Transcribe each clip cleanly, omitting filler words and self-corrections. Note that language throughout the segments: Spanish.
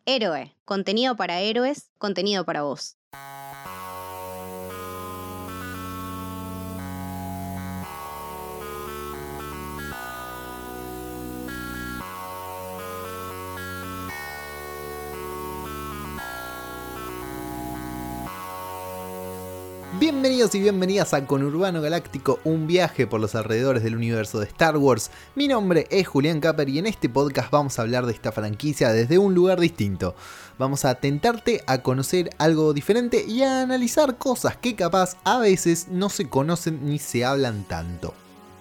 Héroe, contenido para héroes, contenido para vos. Bienvenidos y bienvenidas a Conurbano Galáctico, un viaje por los alrededores del universo de Star Wars. Mi nombre es Julián Capper y en este podcast vamos a hablar de esta franquicia desde un lugar distinto. Vamos a tentarte a conocer algo diferente y a analizar cosas que capaz a veces no se conocen ni se hablan tanto.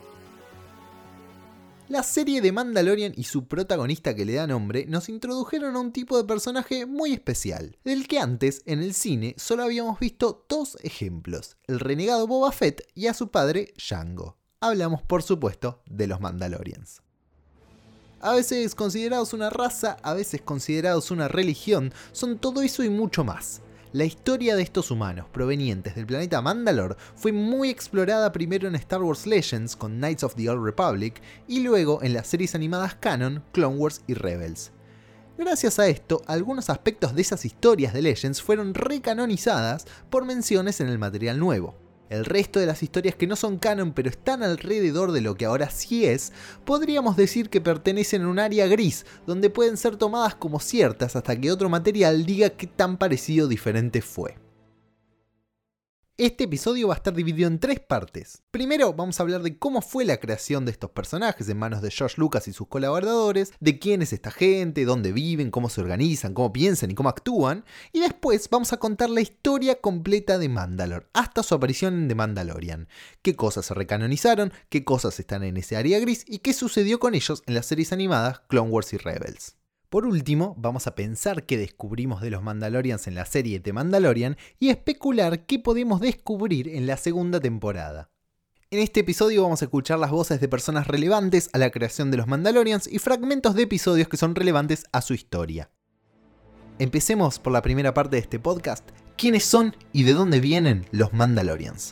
La serie de Mandalorian y su protagonista que le da nombre nos introdujeron a un tipo de personaje muy especial, del que antes en el cine solo habíamos visto dos ejemplos, el renegado Boba Fett y a su padre Jango. Hablamos por supuesto de los Mandalorians. A veces considerados una raza, a veces considerados una religión, son todo eso y mucho más. La historia de estos humanos provenientes del planeta Mandalore fue muy explorada primero en Star Wars Legends con Knights of the Old Republic y luego en las series animadas canon, Clone Wars y Rebels. Gracias a esto, algunos aspectos de esas historias de Legends fueron recanonizadas por menciones en el material nuevo. El resto de las historias que no son canon pero están alrededor de lo que ahora sí es, podríamos decir que pertenecen a un área gris, donde pueden ser tomadas como ciertas hasta que otro material diga qué tan parecido o diferente fue. Este episodio va a estar dividido en tres partes. Primero vamos a hablar de cómo fue la creación de estos personajes en manos de George Lucas y sus colaboradores, de quién es esta gente, dónde viven, cómo se organizan, cómo piensan y cómo actúan, y después vamos a contar la historia completa de Mandalore, hasta su aparición en The Mandalorian, qué cosas se recanonizaron, qué cosas están en ese área gris y qué sucedió con ellos en las series animadas Clone Wars y Rebels. Por último, vamos a pensar qué descubrimos de los Mandalorians en la serie The Mandalorian y especular qué podemos descubrir en la segunda temporada. En este episodio vamos a escuchar las voces de personas relevantes a la creación de los Mandalorians y fragmentos de episodios que son relevantes a su historia. Empecemos por la primera parte de este podcast. ¿Quiénes son y de dónde vienen los Mandalorians?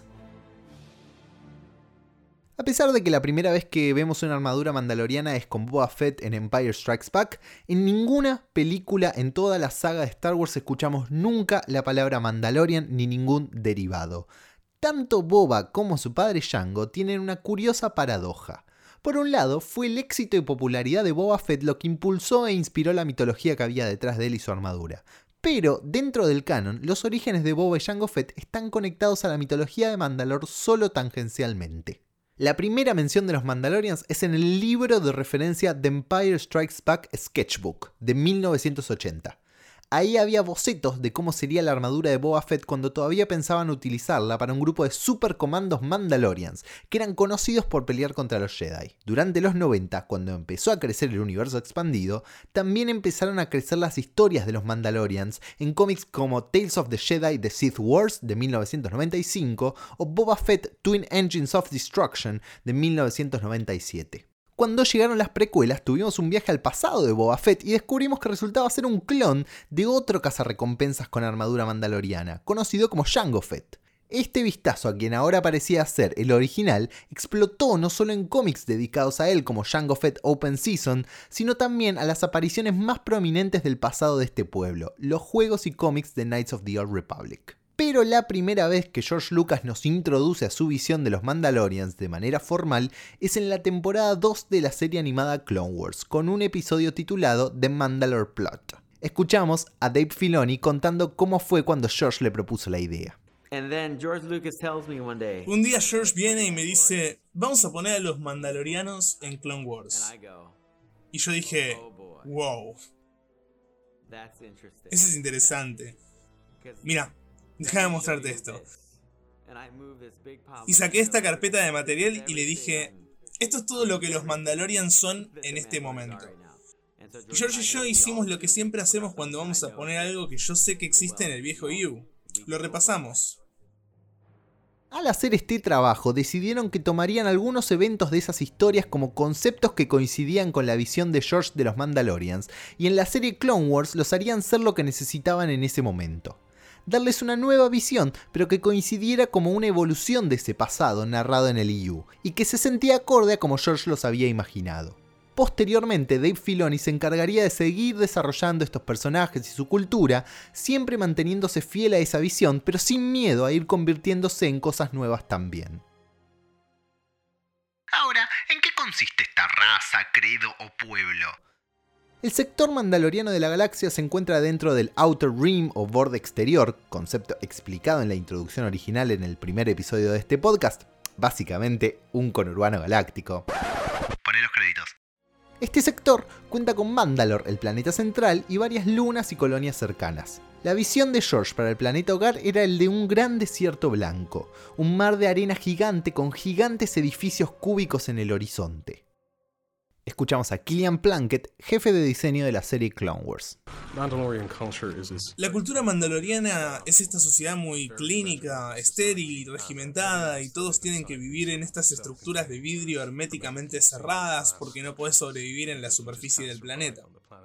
A pesar de que la primera vez que vemos una armadura mandaloriana es con Boba Fett en Empire Strikes Back, en ninguna película en toda la saga de Star Wars escuchamos nunca la palabra Mandalorian ni ningún derivado. Tanto Boba como su padre Jango tienen una curiosa paradoja. Por un lado, fue el éxito y popularidad de Boba Fett lo que impulsó e inspiró la mitología que había detrás de él y su armadura. Pero, dentro del canon, los orígenes de Boba y Jango Fett están conectados a la mitología de Mandalore solo tangencialmente. La primera mención de los Mandalorians es en el libro de referencia The Empire Strikes Back Sketchbook de 1980. Ahí había bocetos de cómo sería la armadura de Boba Fett cuando todavía pensaban utilizarla para un grupo de supercomandos Mandalorians, que eran conocidos por pelear contra los Jedi. Durante los 90, cuando empezó a crecer el universo expandido, también empezaron a crecer las historias de los Mandalorians en cómics como Tales of the Jedi The Sith Wars de 1995 o Boba Fett Twin Engines of Destruction de 1997. Cuando llegaron las precuelas tuvimos un viaje al pasado de Boba Fett y descubrimos que resultaba ser un clon de otro cazarrecompensas con armadura mandaloriana, conocido como Jango Fett. Este vistazo a quien ahora parecía ser el original explotó no solo en cómics dedicados a él como Jango Fett Open Season, sino también a las apariciones más prominentes del pasado de este pueblo, los juegos y cómics de Knights of the Old Republic. Pero la primera vez que George Lucas nos introduce a su visión de los Mandalorians de manera formal es en la temporada 2 de la serie animada Clone Wars, con un episodio titulado The Mandalore Plot. Escuchamos a Dave Filoni contando cómo fue cuando George le propuso la idea. Un día George viene y me dice, vamos a poner a los Mandalorianos en Clone Wars. Y yo dije, wow, eso es interesante. Mira, déjame mostrarte esto. Y saqué esta carpeta de material y le dije, esto es todo lo que los Mandalorians son en este momento. Y George y yo hicimos lo que siempre hacemos cuando vamos a poner algo que yo sé que existe en el viejo U. Lo repasamos. Al hacer este trabajo decidieron que tomarían algunos eventos de esas historias como conceptos que coincidían con la visión de George de los Mandalorians y en la serie Clone Wars los harían ser lo que necesitaban en ese momento. Darles una nueva visión, pero que coincidiera como una evolución de ese pasado narrado en el EU, y que se sentía acorde a como George los había imaginado. Posteriormente, Dave Filoni se encargaría de seguir desarrollando estos personajes y su cultura, siempre manteniéndose fiel a esa visión, pero sin miedo a ir convirtiéndose en cosas nuevas también. Ahora, ¿en qué consiste esta raza, credo o pueblo? El sector mandaloriano de la galaxia se encuentra dentro del Outer Rim o borde exterior, concepto explicado en la introducción original en el primer episodio de este podcast. Básicamente, un conurbano galáctico. Poné los créditos. Este sector cuenta con Mandalore, el planeta central, y varias lunas y colonias cercanas. La visión de George para el planeta hogar era el de un gran desierto blanco, un mar de arena gigante con gigantes edificios cúbicos en el horizonte. Escuchamos a Killian Plunkett, jefe de diseño de la serie Clone Wars. La cultura mandaloriana es esta sociedad muy clínica, estéril, regimentada, y todos tienen que vivir en estas estructuras de vidrio herméticamente cerradas porque no podés sobrevivir en la superficie del planeta.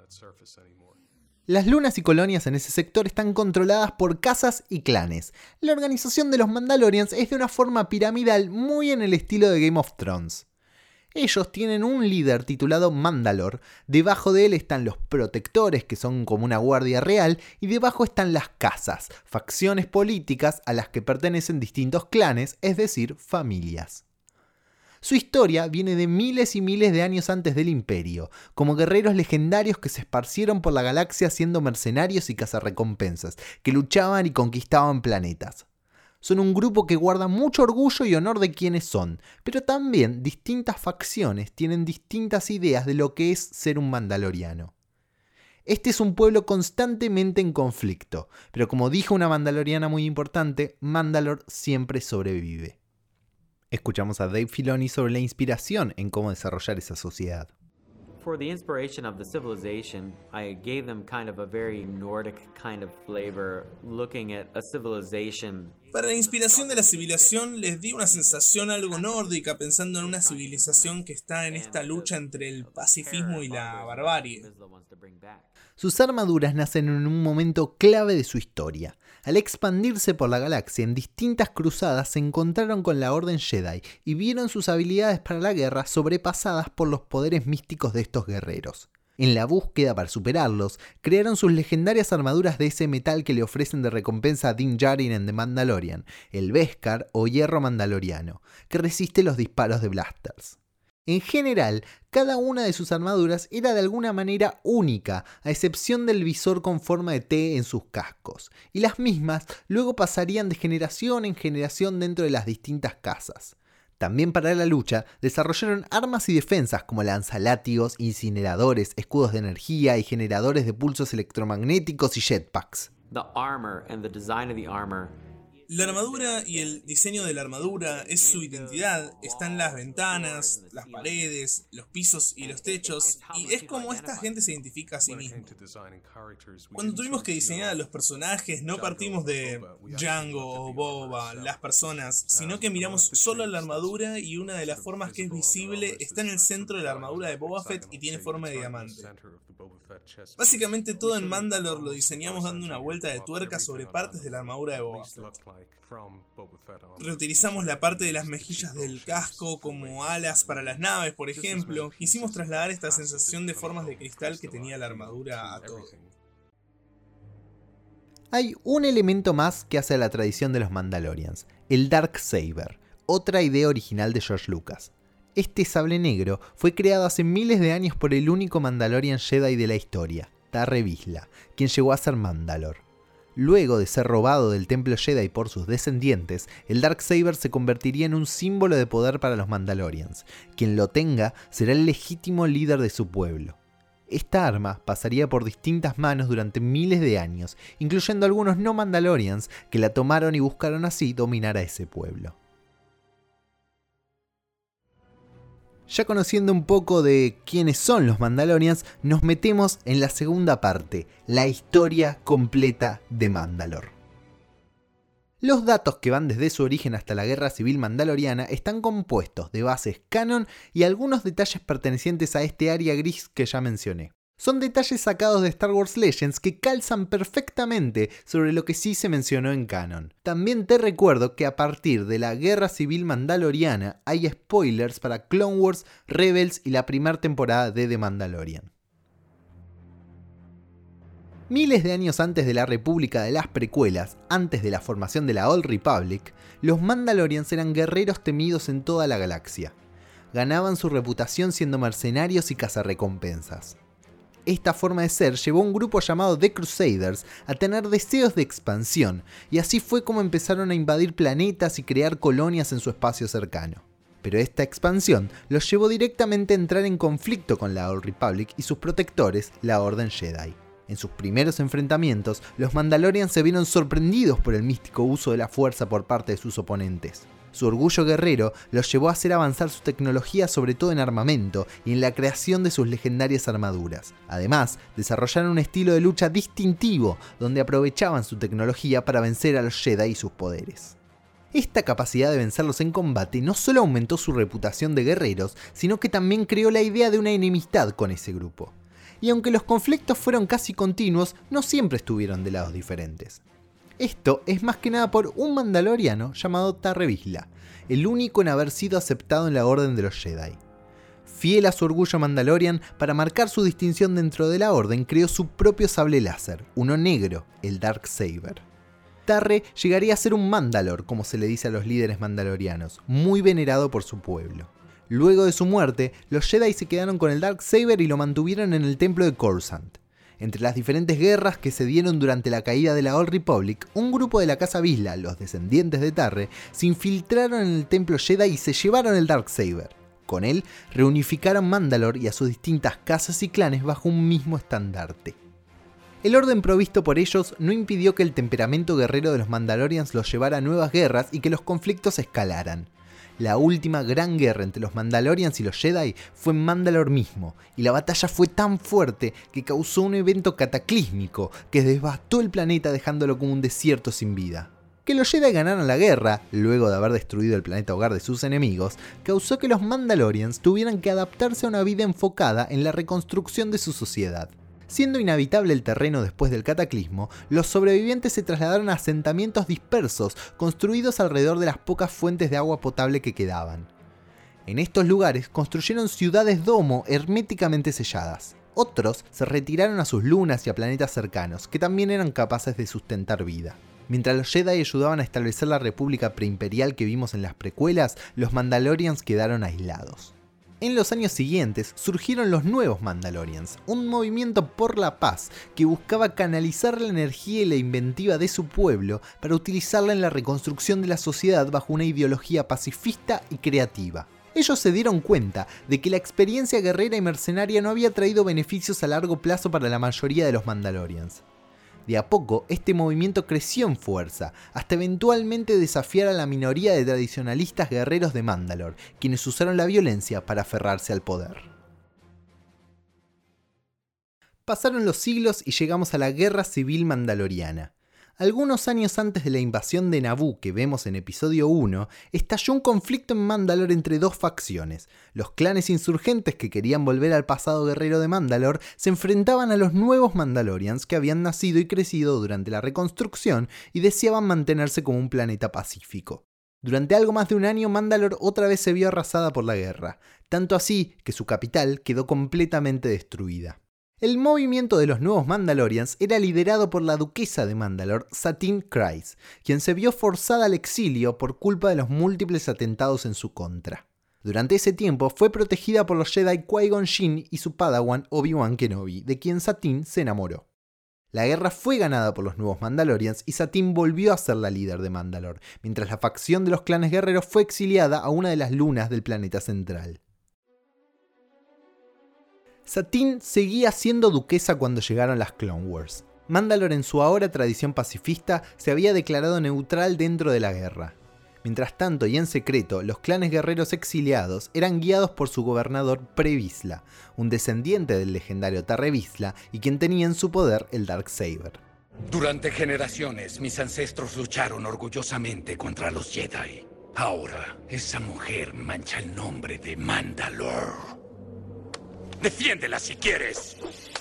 Las lunas y colonias en ese sector están controladas por casas y clanes. La organización de los Mandalorians es de una forma piramidal muy en el estilo de Game of Thrones. Ellos tienen un líder titulado Mandalore, debajo de él están los protectores, que son como una guardia real, y debajo están las casas, facciones políticas a las que pertenecen distintos clanes, es decir, familias. Su historia viene de miles y miles de años antes del Imperio, como guerreros legendarios que se esparcieron por la galaxia siendo mercenarios y cazarrecompensas, que luchaban y conquistaban planetas. Son un grupo que guarda mucho orgullo y honor de quienes son, pero también distintas facciones tienen distintas ideas de lo que es ser un mandaloriano. Este es un pueblo constantemente en conflicto, pero como dijo una mandaloriana muy importante, Mandalore siempre sobrevive. Escuchamos a Dave Filoni sobre la inspiración en cómo desarrollar esa sociedad. For the inspiration of the civilization, I gave them kind of a very Nordic kind of flavor, looking at a civilization. Para la inspiración de la civilización les di una sensación algo nórdica, pensando en una civilización que está en esta lucha entre el pacifismo y la barbarie. Sus armaduras nacen en un momento clave de su historia. Al expandirse por la galaxia en distintas cruzadas se encontraron con la Orden Jedi y vieron sus habilidades para la guerra sobrepasadas por los poderes místicos de estos guerreros. En la búsqueda para superarlos, crearon sus legendarias armaduras de ese metal que le ofrecen de recompensa a Din Djarin en The Mandalorian, el Beskar o hierro mandaloriano, que resiste los disparos de blasters. En general, cada una de sus armaduras era de alguna manera única, a excepción del visor con forma de T en sus cascos, y las mismas luego pasarían de generación en generación dentro de las distintas casas. También para la lucha, desarrollaron armas y defensas como lanzalátigos, incineradores, escudos de energía y generadores de pulsos electromagnéticos y jetpacks. The armor and the design of the armor. La armadura y el diseño de la armadura es su identidad. Están las ventanas, las paredes, los pisos y los techos, y es como esta gente se identifica a sí misma. Cuando tuvimos que diseñar a los personajes, no partimos de Django o Boba, las personas, sino que miramos solo la armadura, y una de las formas que es visible está en el centro de la armadura de Boba Fett y tiene forma de diamante. Básicamente todo en Mandalore lo diseñamos dando una vuelta de tuerca sobre partes de la armadura de Boba Fett. Reutilizamos la parte de las mejillas del casco como alas para las naves, por ejemplo. Quisimos trasladar esta sensación de formas de cristal que tenía la armadura a todo. Hay un elemento más que hace a la tradición de los Mandalorians, el Darksaber, otra idea original de George Lucas. Este sable negro fue creado hace miles de años por el único Mandalorian Jedi de la historia, Tarre Vizsla, quien llegó a ser Mandalore. Luego de ser robado del templo Jedi por sus descendientes, el Darksaber se convertiría en un símbolo de poder para los Mandalorians. Quien lo tenga será el legítimo líder de su pueblo. Esta arma pasaría por distintas manos durante miles de años, incluyendo algunos no Mandalorians que la tomaron y buscaron así dominar a ese pueblo. Ya conociendo un poco de quiénes son los Mandalorians, nos metemos en la segunda parte, la historia completa de Mandalore. Los datos que van desde su origen hasta la Guerra Civil Mandaloriana están compuestos de bases canon y algunos detalles pertenecientes a este área gris que ya mencioné. Son detalles sacados de Star Wars Legends que calzan perfectamente sobre lo que sí se mencionó en canon. También te recuerdo que a partir de la Guerra Civil Mandaloriana hay spoilers para Clone Wars, Rebels y la primera temporada de The Mandalorian. Miles de años antes de la República de las precuelas, antes de la formación de la Old Republic, los Mandalorians eran guerreros temidos en toda la galaxia. Ganaban su reputación siendo mercenarios y cazarrecompensas. Esta forma de ser llevó a un grupo llamado The Crusaders a tener deseos de expansión, y así fue como empezaron a invadir planetas y crear colonias en su espacio cercano. Pero esta expansión los llevó directamente a entrar en conflicto con la Old Republic y sus protectores, la Orden Jedi. En sus primeros enfrentamientos, los Mandalorians se vieron sorprendidos por el místico uso de la fuerza por parte de sus oponentes. Su orgullo guerrero los llevó a hacer avanzar su tecnología sobre todo en armamento y en la creación de sus legendarias armaduras. Además, desarrollaron un estilo de lucha distintivo, donde aprovechaban su tecnología para vencer a los Jedi y sus poderes. Esta capacidad de vencerlos en combate no solo aumentó su reputación de guerreros, sino que también creó la idea de una enemistad con ese grupo. Y aunque los conflictos fueron casi continuos, no siempre estuvieron de lados diferentes. Esto es más que nada por un mandaloriano llamado Tarre Vizsla, el único en haber sido aceptado en la Orden de los Jedi. Fiel a su orgullo mandalorian, para marcar su distinción dentro de la Orden, creó su propio sable láser, uno negro, el Darksaber. Tarre llegaría a ser un Mandalor, como se le dice a los líderes mandalorianos, muy venerado por su pueblo. Luego de su muerte, los Jedi se quedaron con el Darksaber y lo mantuvieron en el templo de Coruscant. Entre las diferentes guerras que se dieron durante la caída de la Old Republic, un grupo de la casa Vizsla, los descendientes de Tarre, se infiltraron en el templo Jedi y se llevaron el Darksaber. Con él, reunificaron Mandalor y a sus distintas casas y clanes bajo un mismo estandarte. El orden provisto por ellos no impidió que el temperamento guerrero de los Mandalorians los llevara a nuevas guerras y que los conflictos escalaran. La última gran guerra entre los Mandalorians y los Jedi fue en Mandalore mismo, y la batalla fue tan fuerte que causó un evento cataclísmico que devastó el planeta dejándolo como un desierto sin vida. Que los Jedi ganaran la guerra, luego de haber destruido el planeta hogar de sus enemigos, causó que los Mandalorians tuvieran que adaptarse a una vida enfocada en la reconstrucción de su sociedad. Siendo inhabitable el terreno después del cataclismo, los sobrevivientes se trasladaron a asentamientos dispersos, construidos alrededor de las pocas fuentes de agua potable que quedaban. En estos lugares construyeron ciudades domo herméticamente selladas. Otros se retiraron a sus lunas y a planetas cercanos, que también eran capaces de sustentar vida. Mientras los Jedi ayudaban a establecer la república preimperial que vimos en las precuelas, los Mandalorians quedaron aislados. En los años siguientes surgieron los nuevos Mandalorians, un movimiento por la paz que buscaba canalizar la energía y la inventiva de su pueblo para utilizarla en la reconstrucción de la sociedad bajo una ideología pacifista y creativa. Ellos se dieron cuenta de que la experiencia guerrera y mercenaria no había traído beneficios a largo plazo para la mayoría de los Mandalorians. De a poco, este movimiento creció en fuerza, hasta eventualmente desafiar a la minoría de tradicionalistas guerreros de Mandalore, quienes usaron la violencia para aferrarse al poder. Pasaron los siglos y llegamos a la Guerra Civil Mandaloriana. Algunos años antes de la invasión de Naboo que vemos en episodio 1, estalló un conflicto en Mandalore entre dos facciones. Los clanes insurgentes que querían volver al pasado guerrero de Mandalore se enfrentaban a los nuevos Mandalorians que habían nacido y crecido durante la reconstrucción y deseaban mantenerse como un planeta pacífico. Durante algo más de un año, Mandalore otra vez se vio arrasada por la guerra, tanto así que su capital quedó completamente destruida. El movimiento de los nuevos Mandalorians era liderado por la duquesa de Mandalore, Satine Kryze, quien se vio forzada al exilio por culpa de los múltiples atentados en su contra. Durante ese tiempo fue protegida por los Jedi Qui-Gon Jinn y su padawan Obi-Wan Kenobi, de quien Satine se enamoró. La guerra fue ganada por los nuevos Mandalorians y Satine volvió a ser la líder de Mandalore, mientras la facción de los clanes guerreros fue exiliada a una de las lunas del planeta central. Satine seguía siendo duquesa cuando llegaron las Clone Wars. Mandalore, en su ahora tradición pacifista, se había declarado neutral dentro de la guerra. Mientras tanto y en secreto, los clanes guerreros exiliados eran guiados por su gobernador Pre Vizsla, un descendiente del legendario Tarre Vizsla y quien tenía en su poder el Darksaber. Durante generaciones, mis ancestros lucharon orgullosamente contra los Jedi. Ahora, esa mujer mancha el nombre de Mandalore. ¡Defiéndela si quieres!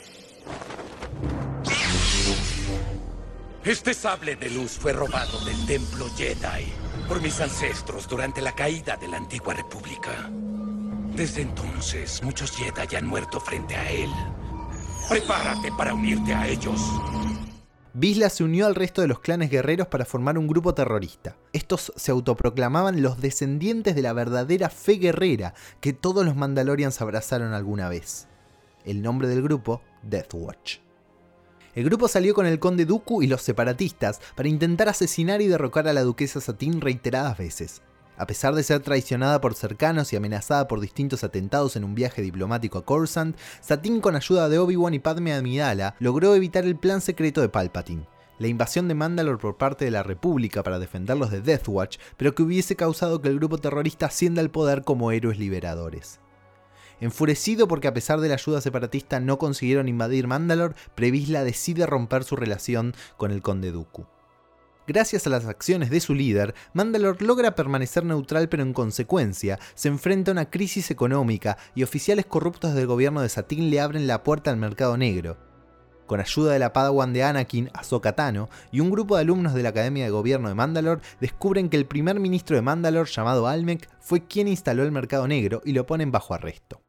Este sable de luz fue robado del templo Jedi por mis ancestros durante la caída de la antigua república. Desde entonces, muchos Jedi han muerto frente a él. Prepárate para unirte a ellos. Vizsla se unió al resto de los clanes guerreros para formar un grupo terrorista. Estos se autoproclamaban los descendientes de la verdadera fe guerrera que todos los Mandalorians abrazaron alguna vez. El nombre del grupo, Death Watch. El grupo salió con el Conde Dooku y los separatistas para intentar asesinar y derrocar a la duquesa Satine reiteradas veces. A pesar de ser traicionada por cercanos y amenazada por distintos atentados en un viaje diplomático a Coruscant, Satine, con ayuda de Obi-Wan y Padme Amidala, logró evitar el plan secreto de Palpatine, la invasión de Mandalore por parte de la República para defenderlos de Death Watch, pero que hubiese causado que el grupo terrorista ascienda al poder como héroes liberadores. Enfurecido porque a pesar de la ayuda separatista no consiguieron invadir Mandalore, Vizsla decide romper su relación con el Conde Dooku. Gracias a las acciones de su líder, Mandalore logra permanecer neutral, pero en consecuencia se enfrenta a una crisis económica y oficiales corruptos del gobierno de Satine le abren la puerta al mercado negro. Con ayuda de la Padawan de Anakin, Ahsoka Tano, y un grupo de alumnos de la Academia de Gobierno de Mandalore, descubren que el primer ministro de Mandalore, llamado Almec, fue quien instaló el mercado negro y lo ponen bajo arresto.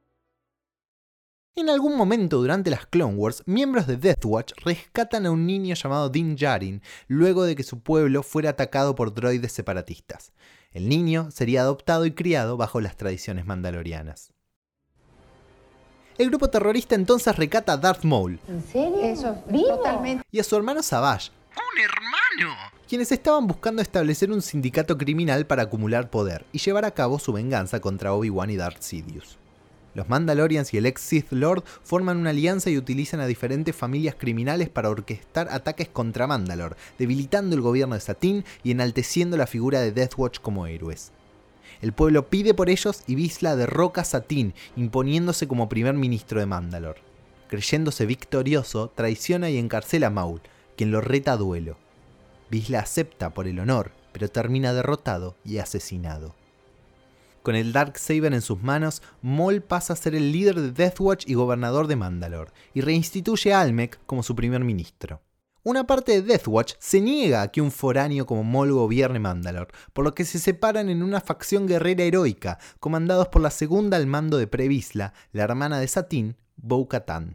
En algún momento durante las Clone Wars, miembros de Death Watch rescatan a un niño llamado Din Djarin luego de que su pueblo fuera atacado por droides separatistas. El niño sería adoptado y criado bajo las tradiciones mandalorianas. El grupo terrorista entonces rescata a Darth Maul. ¿En serio? Eso, totalmente. Y a su hermano Savage. ¡Un hermano! Quienes estaban buscando establecer un sindicato criminal para acumular poder y llevar a cabo su venganza contra Obi-Wan y Darth Sidious. Los Mandalorians y el ex Sith Lord forman una alianza y utilizan a diferentes familias criminales para orquestar ataques contra Mandalore, debilitando el gobierno de Satine y enalteciendo la figura de Death Watch como héroes. El pueblo pide por ellos y Vizsla derroca a Satine, imponiéndose como primer ministro de Mandalore. Creyéndose victorioso, traiciona y encarcela a Maul, quien lo reta a duelo. Vizsla acepta por el honor, pero termina derrotado y asesinado. Con el Darksaber en sus manos, Maul pasa a ser el líder de Death Watch y gobernador de Mandalore, y reinstituye a Almec como su primer ministro. Una parte de Death Watch se niega a que un foráneo como Maul gobierne Mandalore, por lo que se separan en una facción guerrera heroica, comandados por la segunda al mando de Vizsla, la hermana de Satine, Bo-Katan.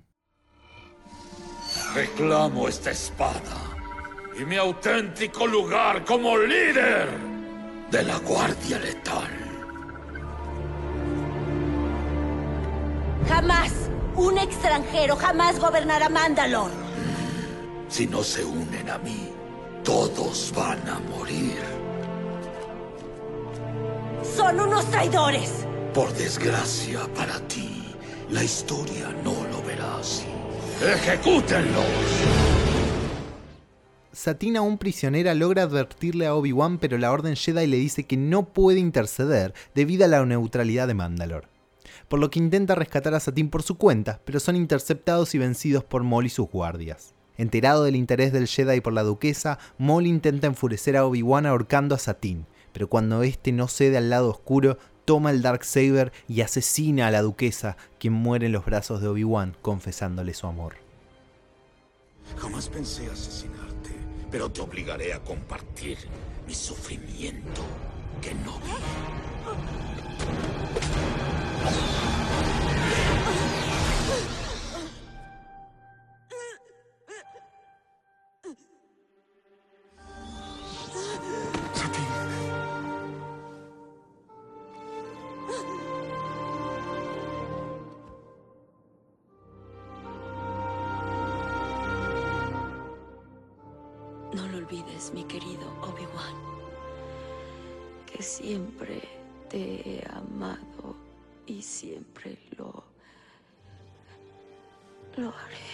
Reclamo esta espada y mi auténtico lugar como líder de la Guardia Letal. Jamás, un extranjero jamás gobernará Mandalore. Si no se unen a mí, todos van a morir. Son unos traidores. Por desgracia para ti, la historia no lo verá así. ¡Ejecútenlos! Satine, aún prisionera, logra advertirle a Obi-Wan, pero la Orden Jedi le dice que no puede interceder debido a la neutralidad de Mandalore. Por lo que intenta rescatar a Satine por su cuenta, pero son interceptados y vencidos por Maul y sus guardias. Enterado del interés del Jedi por la duquesa, Maul intenta enfurecer a Obi-Wan ahorcando a Satine, pero cuando este no cede al lado oscuro, toma el Darksaber y asesina a la duquesa, quien muere en los brazos de Obi-Wan confesándole su amor. Jamás pensé asesinarte, pero te obligaré a compartir mi sufrimiento, Kenobi. No lo olvides, mi querido Obi-Wan, que siempre te he amado y siempre lo haré.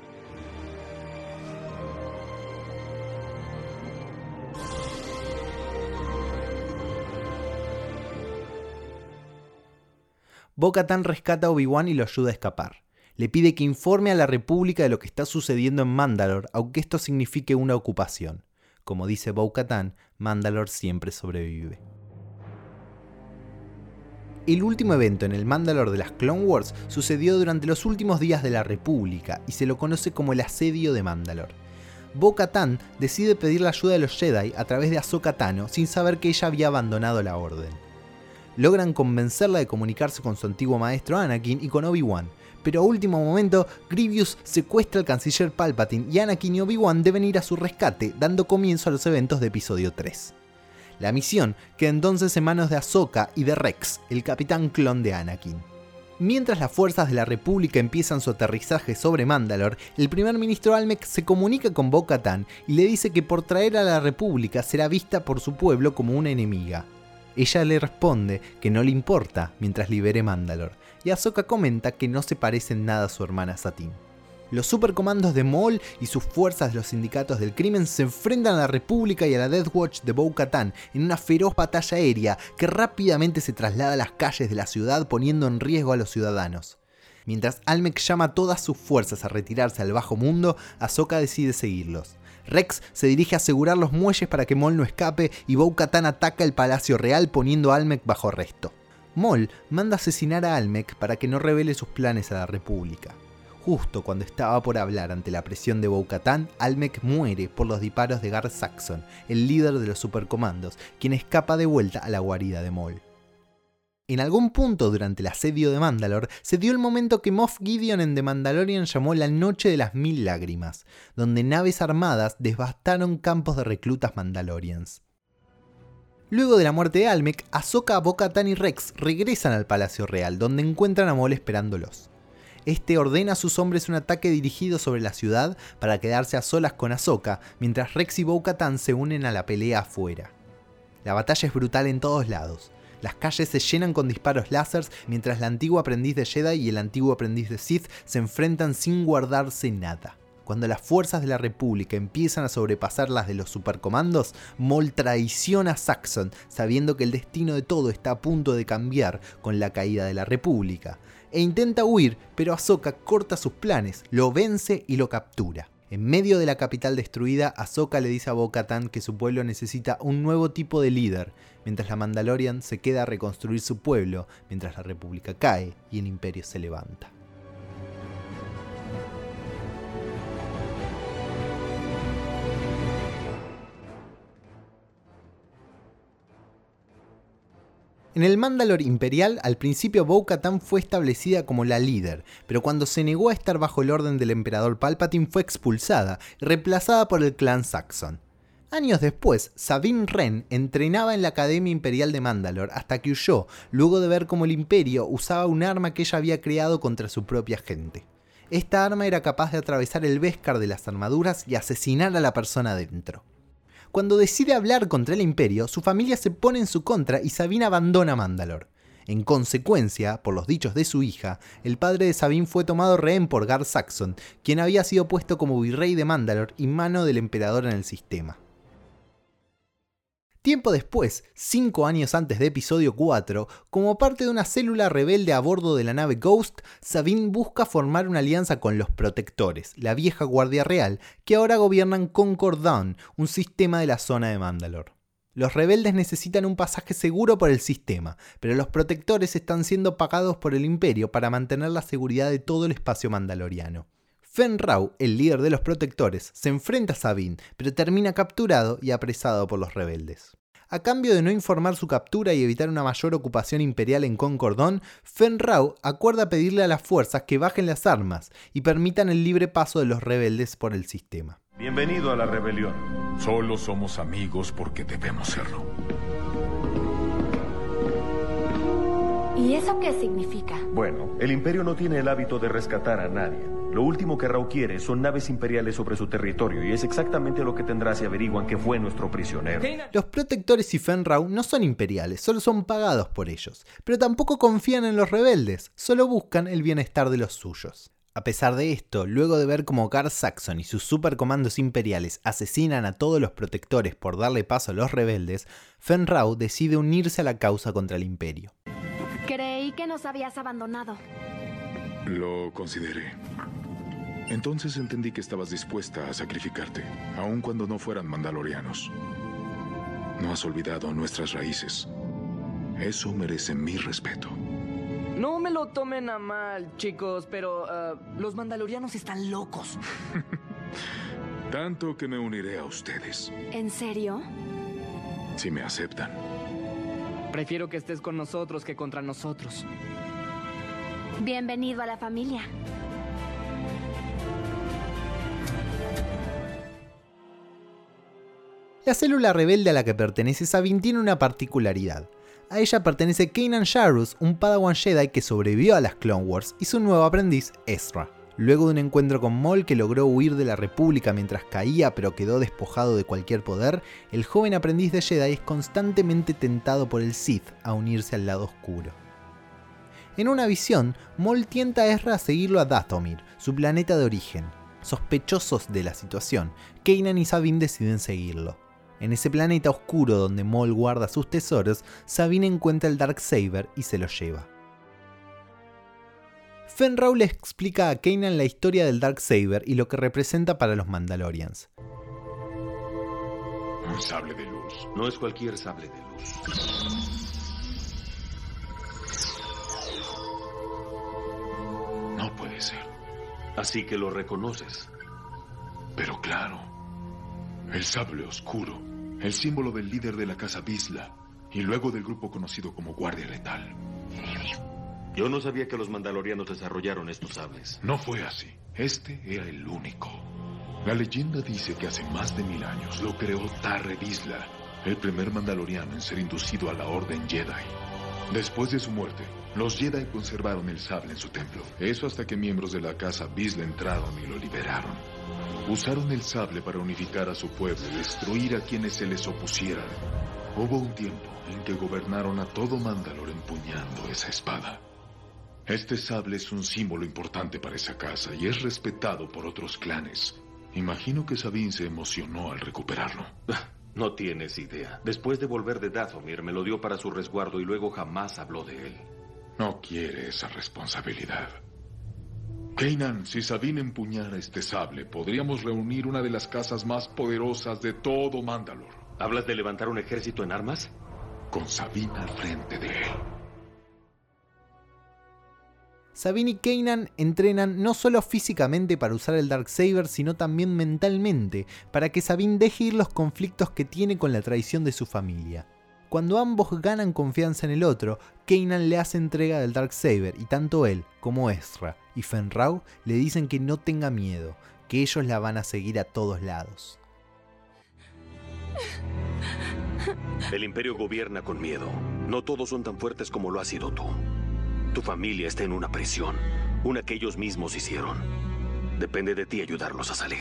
Bo-Katan rescata a Obi-Wan y lo ayuda a escapar. Le pide que informe a la República de lo que está sucediendo en Mandalore, aunque esto signifique una ocupación. Como dice Bo-Katan, Mandalore siempre sobrevive. El último evento en el Mandalore de las Clone Wars sucedió durante los últimos días de la República y se lo conoce como el Asedio de Mandalore. Bo-Katan decide pedir la ayuda de los Jedi a través de Ahsoka Tano sin saber que ella había abandonado la orden. Logran convencerla de comunicarse con su antiguo maestro Anakin y con Obi-Wan, pero a último momento Grievous secuestra al canciller Palpatine y Anakin y Obi-Wan deben ir a su rescate, dando comienzo a los eventos de episodio 3. La misión queda entonces en manos de Ahsoka y de Rex, el capitán clon de Anakin. Mientras las fuerzas de la República empiezan su aterrizaje sobre Mandalore, el primer ministro Almec se comunica con Bo-Katan y le dice que por traer a la República será vista por su pueblo como una enemiga. Ella le responde que no le importa mientras libere Mandalore, y Ahsoka comenta que no se parece en nada a su hermana Satine. Los supercomandos de Maul y sus fuerzas de los sindicatos del crimen se enfrentan a la República y a la Death Watch de Bo-Katan en una feroz batalla aérea que rápidamente se traslada a las calles de la ciudad poniendo en riesgo a los ciudadanos. Mientras Almec llama a todas sus fuerzas a retirarse al bajo mundo, Ahsoka decide seguirlos. Rex se dirige a asegurar los muelles para que Maul no escape y Bo-Katan ataca el Palacio Real poniendo a Almec bajo arresto. Maul manda asesinar a Almec para que no revele sus planes a la República. Justo cuando estaba por hablar ante la presión de Bo-Katan, Almec muere por los disparos de Gar Saxon, el líder de los supercomandos, quien escapa de vuelta a la guarida de Maul. En algún punto durante el asedio de Mandalore se dio el momento que Moff Gideon en The Mandalorian llamó la Noche de las Mil Lágrimas, donde naves armadas devastaron campos de reclutas mandalorians. Luego de la muerte de Almec, Ahsoka, Bo-Katan y Rex regresan al Palacio Real, donde encuentran a Maul esperándolos. Este ordena a sus hombres un ataque dirigido sobre la ciudad para quedarse a solas con Ahsoka, mientras Rex y Bo-Katan se unen a la pelea afuera. La batalla es brutal en todos lados. Las calles se llenan con disparos láseres mientras la antigua aprendiz de Jedi y el antiguo aprendiz de Sith se enfrentan sin guardarse nada. Cuando las fuerzas de la República empiezan a sobrepasar las de los supercomandos, Maul traiciona a Saxon, sabiendo que el destino de todo está a punto de cambiar con la caída de la República. E intenta huir, pero Ahsoka corta sus planes, lo vence y lo captura. En medio de la capital destruida, Ahsoka le dice a Bo-Katan que su pueblo necesita un nuevo tipo de líder, mientras la Mandalorian se queda a reconstruir su pueblo, mientras la República cae y el Imperio se levanta. En el Mandalore Imperial, al principio Bo-Katan fue establecida como la líder, pero cuando se negó a estar bajo el orden del emperador Palpatine fue expulsada y reemplazada por el clan Saxon. Años después, Sabine Wren entrenaba en la Academia Imperial de Mandalore hasta que huyó, luego de ver cómo el Imperio usaba un arma que ella había creado contra su propia gente. Esta arma era capaz de atravesar el Beskar de las armaduras y asesinar a la persona dentro. Cuando decide hablar contra el Imperio, su familia se pone en su contra y Sabine abandona Mandalore. En consecuencia, por los dichos de su hija, el padre de Sabine fue tomado rehén por Gar Saxon, quien había sido puesto como virrey de Mandalore y mano del emperador en el sistema. Tiempo después, 5 años antes de episodio 4, como parte de una célula rebelde a bordo de la nave Ghost, Sabine busca formar una alianza con los Protectores, la vieja Guardia Real, que ahora gobiernan Concord Dawn, un sistema de la zona de Mandalore. Los rebeldes necesitan un pasaje seguro por el sistema, pero los Protectores están siendo pagados por el Imperio para mantener la seguridad de todo el espacio mandaloriano. Fenn Rau, el líder de los Protectores, se enfrenta a Sabine, pero termina capturado y apresado por los rebeldes. A cambio de no informar su captura y evitar una mayor ocupación imperial en Concord Dawn, Fenn Rau acuerda pedirle a las fuerzas que bajen las armas y permitan el libre paso de los rebeldes por el sistema. Bienvenido a la rebelión. Solo somos amigos porque debemos serlo. ¿Y eso qué significa? Bueno, el Imperio no tiene el hábito de rescatar a nadie. Lo último que Rau quiere son naves imperiales sobre su territorio y es exactamente lo que tendrá si averiguan que fue nuestro prisionero. Los Protectores y Fenn Rau no son imperiales, solo son pagados por ellos, pero tampoco confían en los rebeldes, solo buscan el bienestar de los suyos. A pesar de esto, luego de ver cómo Gar Saxon y sus supercomandos imperiales asesinan a todos los Protectores por darle paso a los rebeldes, Fenn Rau decide unirse a la causa contra el Imperio. Creí que nos habías abandonado. Lo consideré. Entonces entendí que estabas dispuesta a sacrificarte, aun cuando no fueran mandalorianos. No has olvidado nuestras raíces. Eso merece mi respeto. No me lo tomen a mal, chicos, pero los mandalorianos están locos. Tanto que me uniré a ustedes. ¿En serio? Si me aceptan. Prefiero que estés con nosotros que contra nosotros. Bienvenido a la familia. La célula rebelde a la que pertenece Sabine tiene una particularidad. A ella pertenece Kanan Jarrus, un Padawan Jedi que sobrevivió a las Clone Wars, y su nuevo aprendiz, Ezra. Luego de un encuentro con Maul que logró huir de la República mientras caía pero quedó despojado de cualquier poder, el joven aprendiz de Jedi es constantemente tentado por el Sith a unirse al lado oscuro. En una visión, Maul tienta a Ezra a seguirlo a Dathomir, su planeta de origen. Sospechosos de la situación, Kanan y Sabine deciden seguirlo. En ese planeta oscuro donde Maul guarda sus tesoros, Sabine encuentra el Darksaber y se lo lleva. Fenn Rau le explica a Kanan la historia del Darksaber y lo que representa para los Mandalorians. Un sable de luz. No es cualquier sable de luz. No puede ser. Así que lo reconoces. Pero claro, el sable oscuro, el símbolo del líder de la casa Vizsla y luego del grupo conocido como Guardia Letal. Yo no sabía que los mandalorianos desarrollaron estos sables. No fue así. Este era el único. La leyenda dice que hace más de 1000 años lo creó Tarre Vizsla, el primer mandaloriano en ser inducido a la Orden Jedi. Después de su muerte, los Jedi conservaron el sable en su templo. Eso hasta que miembros de la casa Vizsla entraron y lo liberaron. Usaron el sable para unificar a su pueblo y destruir a quienes se les opusieran. Hubo un tiempo en que gobernaron a todo Mandalor empuñando esa espada. Este sable es un símbolo importante para esa casa y es respetado por otros clanes. Imagino que Sabine se emocionó al recuperarlo. No tienes idea. Después de volver de Dathomir, me lo dio para su resguardo y luego jamás habló de él. No quiere esa responsabilidad. Kanan, si Sabine empuñara este sable, podríamos reunir una de las casas más poderosas de todo Mandalor. ¿Hablas de levantar un ejército en armas? Con Sabine al frente de él. Sabine y Kanan entrenan no solo físicamente para usar el Darksaber, sino también mentalmente, para que Sabine deje ir los conflictos que tiene con la traición de su familia. Cuando ambos ganan confianza en el otro, Kanan le hace entrega del Darksaber y tanto él como Ezra y Fenn Rau le dicen que no tenga miedo, que ellos la van a seguir a todos lados. El Imperio gobierna con miedo. No todos son tan fuertes como lo has sido tú. Tu familia está en una prisión, una que ellos mismos hicieron. Depende de ti ayudarlos a salir.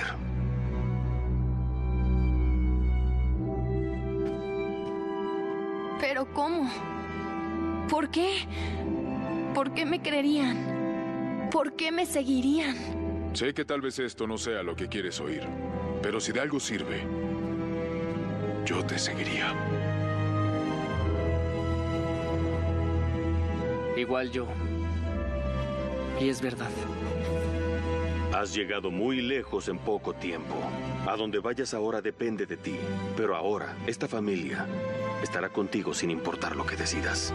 ¿Pero cómo? ¿Por qué? ¿Por qué me creerían? ¿Por qué me seguirían? Sé que tal vez esto no sea lo que quieres oír, pero si de algo sirve, yo te seguiría. Igual yo. Y es verdad. Has llegado muy lejos en poco tiempo. A donde vayas ahora depende de ti. Pero ahora, esta familia estará contigo sin importar lo que decidas.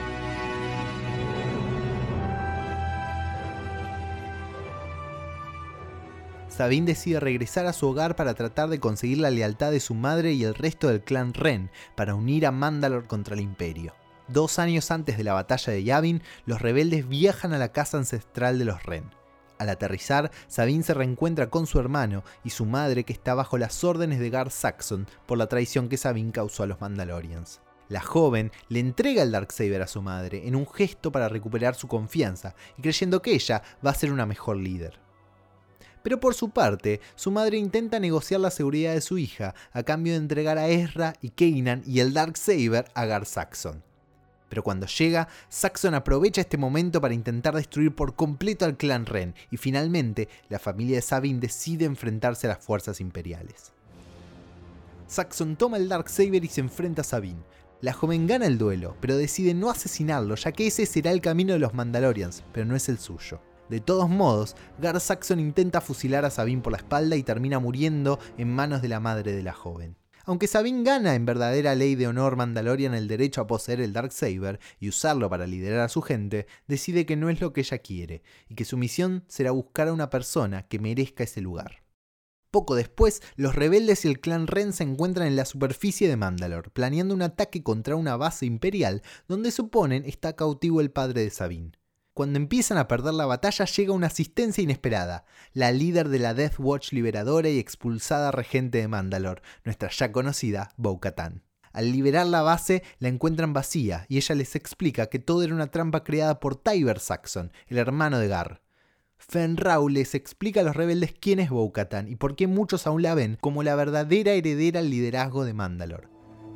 Sabine decide regresar a su hogar para tratar de conseguir la lealtad de su madre y el resto del clan Ren para unir a Mandalor contra el Imperio. 2 años antes de la batalla de Yavin, los rebeldes viajan a la casa ancestral de los Ren. Al aterrizar, Sabine se reencuentra con su hermano y su madre que está bajo las órdenes de Gar Saxon por la traición que Sabine causó a los Mandalorians. La joven le entrega el Darksaber a su madre en un gesto para recuperar su confianza y creyendo que ella va a ser una mejor líder. Pero por su parte, su madre intenta negociar la seguridad de su hija a cambio de entregar a Ezra y Kanan y el Darksaber a Gar Saxon. Pero cuando llega, Saxon aprovecha este momento para intentar destruir por completo al clan Ren y finalmente la familia de Sabine decide enfrentarse a las fuerzas imperiales. Saxon toma el Darksaber y se enfrenta a Sabine. La joven gana el duelo, pero decide no asesinarlo ya que ese será el camino de los Mandalorians, pero no es el suyo. De todos modos, Gar Saxon intenta fusilar a Sabine por la espalda y termina muriendo en manos de la madre de la joven. Aunque Sabine gana en verdadera ley de honor Mandalorian el derecho a poseer el Darksaber y usarlo para liderar a su gente, decide que no es lo que ella quiere, y que su misión será buscar a una persona que merezca ese lugar. Poco después, los rebeldes y el clan Ren se encuentran en la superficie de Mandalore, planeando un ataque contra una base imperial donde suponen está cautivo el padre de Sabine. Cuando empiezan a perder la batalla llega una asistencia inesperada, la líder de la Death Watch liberadora y expulsada regente de Mandalore, nuestra ya conocida Bo-Katan. Al liberar la base la encuentran vacía y ella les explica que todo era una trampa creada por Tyber Saxon, el hermano de Gar. Fenn Rau les explica a los rebeldes quién es Bo-Katan y por qué muchos aún la ven como la verdadera heredera al liderazgo de Mandalore.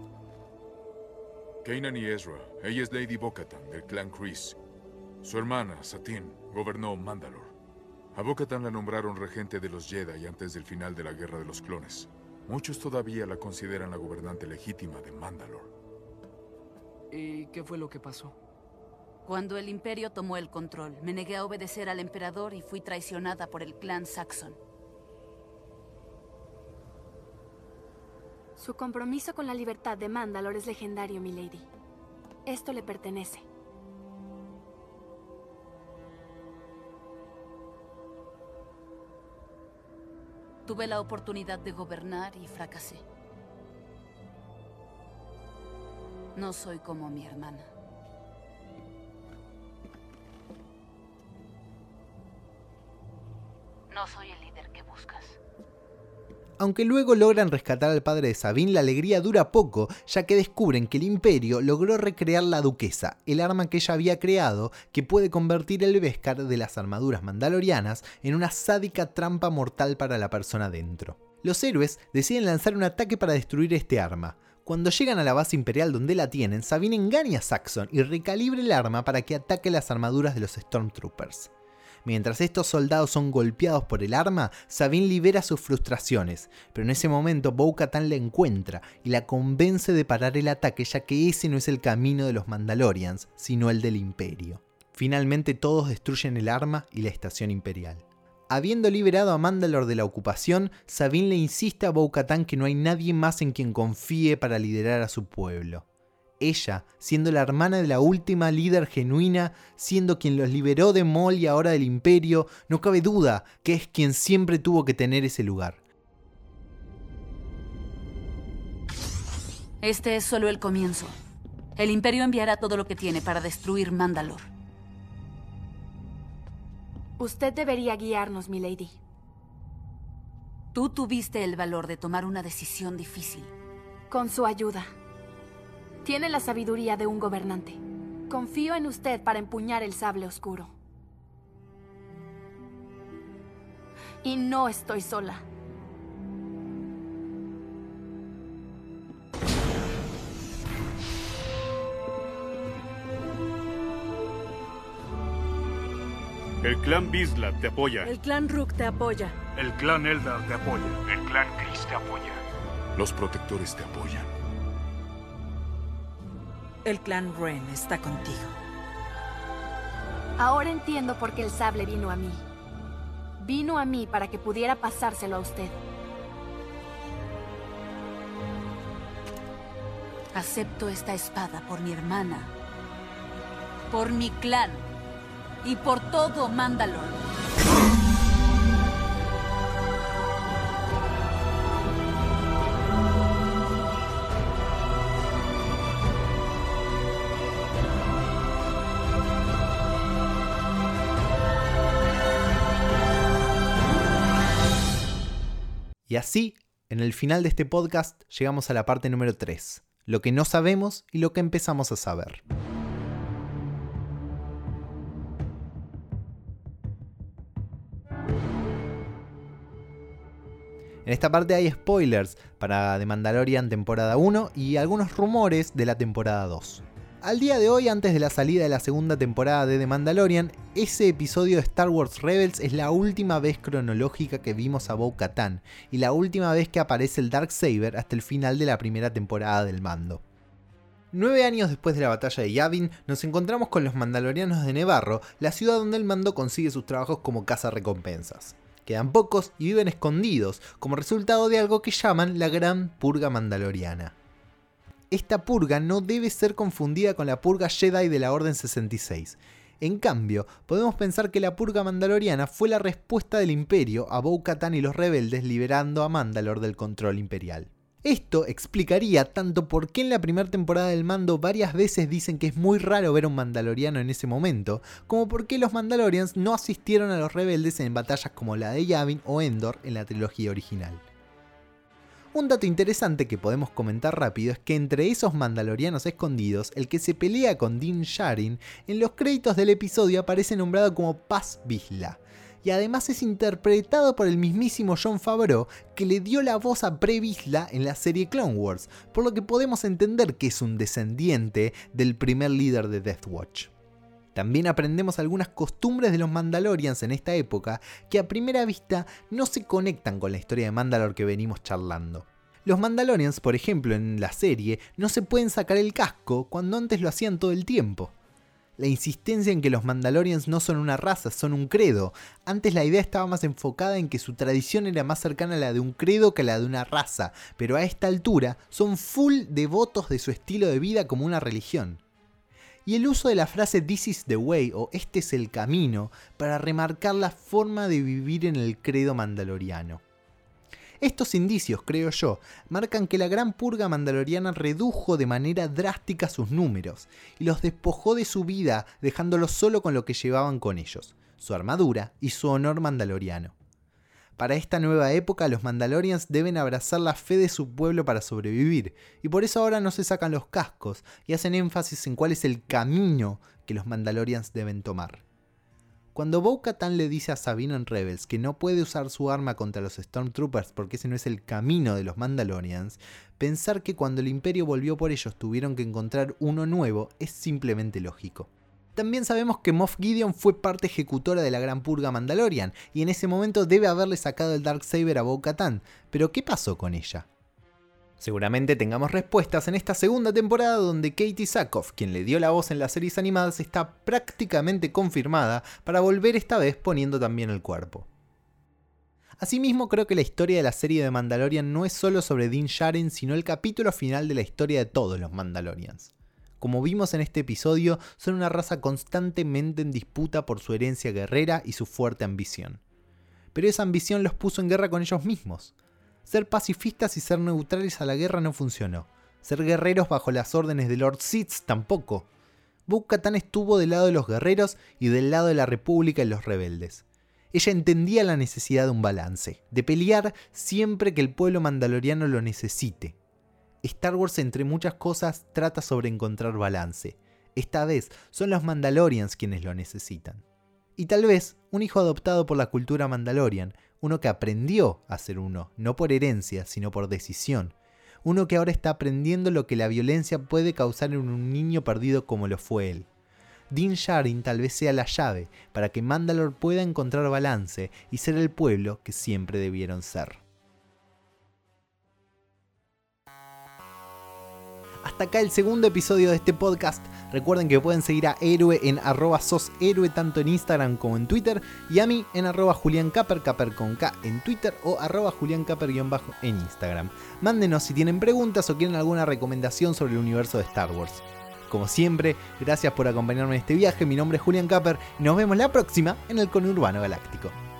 Kanan y Ezra, ella es Lady Bo-Katan del clan Kryze. Su hermana, Satine, gobernó Mandalore. A Bo-Katan la nombraron regente de los Jedi antes del final de la Guerra de los Clones. Muchos todavía la consideran la gobernante legítima de Mandalore. ¿Y qué fue lo que pasó? Cuando el Imperio tomó el control, me negué a obedecer al Emperador y fui traicionada por el clan Saxon. Su compromiso con la libertad de Mandalore es legendario, milady. Esto le pertenece. Tuve la oportunidad de gobernar y fracasé. No soy como mi hermana. No soy el líder que buscas. Aunque luego logran rescatar al padre de Sabine, la alegría dura poco, ya que descubren que el Imperio logró recrear la Duquesa, el arma que ella había creado, que puede convertir el Beskar de las armaduras mandalorianas en una sádica trampa mortal para la persona dentro. Los héroes deciden lanzar un ataque para destruir este arma. Cuando llegan a la base imperial donde la tienen, Sabine engaña a Saxon y recalibra el arma para que ataque las armaduras de los Stormtroopers. Mientras estos soldados son golpeados por el arma, Sabine libera sus frustraciones, pero en ese momento Bo-Katan la encuentra y la convence de parar el ataque, ya que ese no es el camino de los Mandalorians, sino el del Imperio. Finalmente todos destruyen el arma y la estación imperial. Habiendo liberado a Mandalore de la ocupación, Sabine le insiste a Bo-Katan que no hay nadie más en quien confíe para liderar a su pueblo. Ella, siendo la hermana de la última líder genuina, siendo quien los liberó de Maul y ahora del Imperio, no cabe duda que es quien siempre tuvo que tener ese lugar. Este es solo el comienzo. El Imperio enviará todo lo que tiene para destruir Mandalore. Usted debería guiarnos, milady. Tú tuviste el valor de tomar una decisión difícil. Con su ayuda. Tiene la sabiduría de un gobernante. Confío en usted para empuñar el sable oscuro. Y no estoy sola. El clan Vizsla te apoya. El clan Rook te apoya. El clan Eldar te apoya. El clan Kryze te apoya. Los protectores te apoyan. El clan Ren está contigo. Ahora entiendo por qué el sable vino a mí. Vino a mí para que pudiera pasárselo a usted. Acepto esta espada por mi hermana, por mi clan y por todo Mandalore. Y así, en el final de este podcast, llegamos a la parte número 3. Lo que no sabemos y lo que empezamos a saber. En esta parte hay spoilers para The Mandalorian temporada 1 y algunos rumores de la temporada 2. Al día de hoy, antes de la salida de la segunda temporada de The Mandalorian, ese episodio de Star Wars Rebels es la última vez cronológica que vimos a Bo-Katan y la última vez que aparece el Darksaber hasta el final de la primera temporada del Mando. 9 años después de la batalla de Yavin, nos encontramos con los Mandalorianos de Nevarro, la ciudad donde el Mando consigue sus trabajos como cazarrecompensas. Quedan pocos y viven escondidos, como resultado de algo que llaman la Gran Purga Mandaloriana. Esta purga no debe ser confundida con la purga Jedi de la Orden 66. En cambio, podemos pensar que la purga mandaloriana fue la respuesta del Imperio a Bo-Katan y los rebeldes liberando a Mandalore del control imperial. Esto explicaría tanto por qué en la primera temporada del Mando varias veces dicen que es muy raro ver a un mandaloriano en ese momento, como por qué los Mandalorians no asistieron a los rebeldes en batallas como la de Yavin o Endor en la trilogía original. Un dato interesante que podemos comentar rápido es que entre esos mandalorianos escondidos, el que se pelea con Din Djarin, en los créditos del episodio aparece nombrado como Paz Vizsla. Y además es interpretado por el mismísimo Jon Favreau, que le dio la voz a Pre Vizsla en la serie Clone Wars, por lo que podemos entender que es un descendiente del primer líder de Death Watch. También aprendemos algunas costumbres de los Mandalorians en esta época que a primera vista no se conectan con la historia de Mandalore que venimos charlando. Los Mandalorians, por ejemplo, en la serie, no se pueden sacar el casco cuando antes lo hacían todo el tiempo. La insistencia en que los Mandalorians no son una raza, son un credo. Antes la idea estaba más enfocada en que su tradición era más cercana a la de un credo que a la de una raza, pero a esta altura son full devotos de su estilo de vida como una religión. Y el uso de la frase "This is the way" o "Este es el camino" para remarcar la forma de vivir en el credo mandaloriano. Estos indicios, creo yo, marcan que la Gran Purga Mandaloriana redujo de manera drástica sus números y los despojó de su vida, dejándolos solo con lo que llevaban con ellos, su armadura y su honor mandaloriano. Para esta nueva época, los Mandalorians deben abrazar la fe de su pueblo para sobrevivir, y por eso ahora no se sacan los cascos y hacen énfasis en cuál es el camino que los Mandalorians deben tomar. Cuando Bo-Katan le dice a Sabine en Rebels que no puede usar su arma contra los Stormtroopers porque ese no es el camino de los Mandalorians, pensar que cuando el Imperio volvió por ellos tuvieron que encontrar uno nuevo es simplemente lógico. También sabemos que Moff Gideon fue parte ejecutora de la Gran Purga Mandalorian y en ese momento debe haberle sacado el Darksaber a Bo-Katan, pero ¿qué pasó con ella? Seguramente tengamos respuestas en esta segunda temporada donde Katee Sackhoff, quien le dio la voz en las series animadas, está prácticamente confirmada para volver esta vez poniendo también el cuerpo. Asimismo, creo que la historia de la serie de Mandalorian no es solo sobre Din Djarin, sino el capítulo final de la historia de todos los Mandalorians. Como vimos en este episodio, son una raza constantemente en disputa por su herencia guerrera y su fuerte ambición. Pero esa ambición los puso en guerra con ellos mismos. Ser pacifistas y ser neutrales a la guerra no funcionó. Ser guerreros bajo las órdenes de Lord Sith tampoco. Bo-Katan estuvo del lado de los guerreros y del lado de la República y los rebeldes. Ella entendía la necesidad de un balance, de pelear siempre que el pueblo mandaloriano lo necesite. Star Wars, entre muchas cosas, trata sobre encontrar balance. Esta vez son los Mandalorians quienes lo necesitan. Y tal vez un hijo adoptado por la cultura Mandalorian, uno que aprendió a ser uno, no por herencia, sino por decisión. Uno que ahora está aprendiendo lo que la violencia puede causar en un niño perdido como lo fue él. Din Djarin tal vez sea la llave para que Mandalore pueda encontrar balance y ser el pueblo que siempre debieron ser. Hasta acá el segundo episodio de este podcast. Recuerden que pueden seguir a Héroe en @soshéroe tanto en Instagram como en Twitter y a mí en @JulianCaper, Caper con K en Twitter o @JulianCaper_ en Instagram. Mándenos si tienen preguntas o quieren alguna recomendación sobre el universo de Star Wars. Como siempre, gracias por acompañarme en este viaje. Mi nombre es Julian Caper y nos vemos la próxima en el Conurbano Galáctico.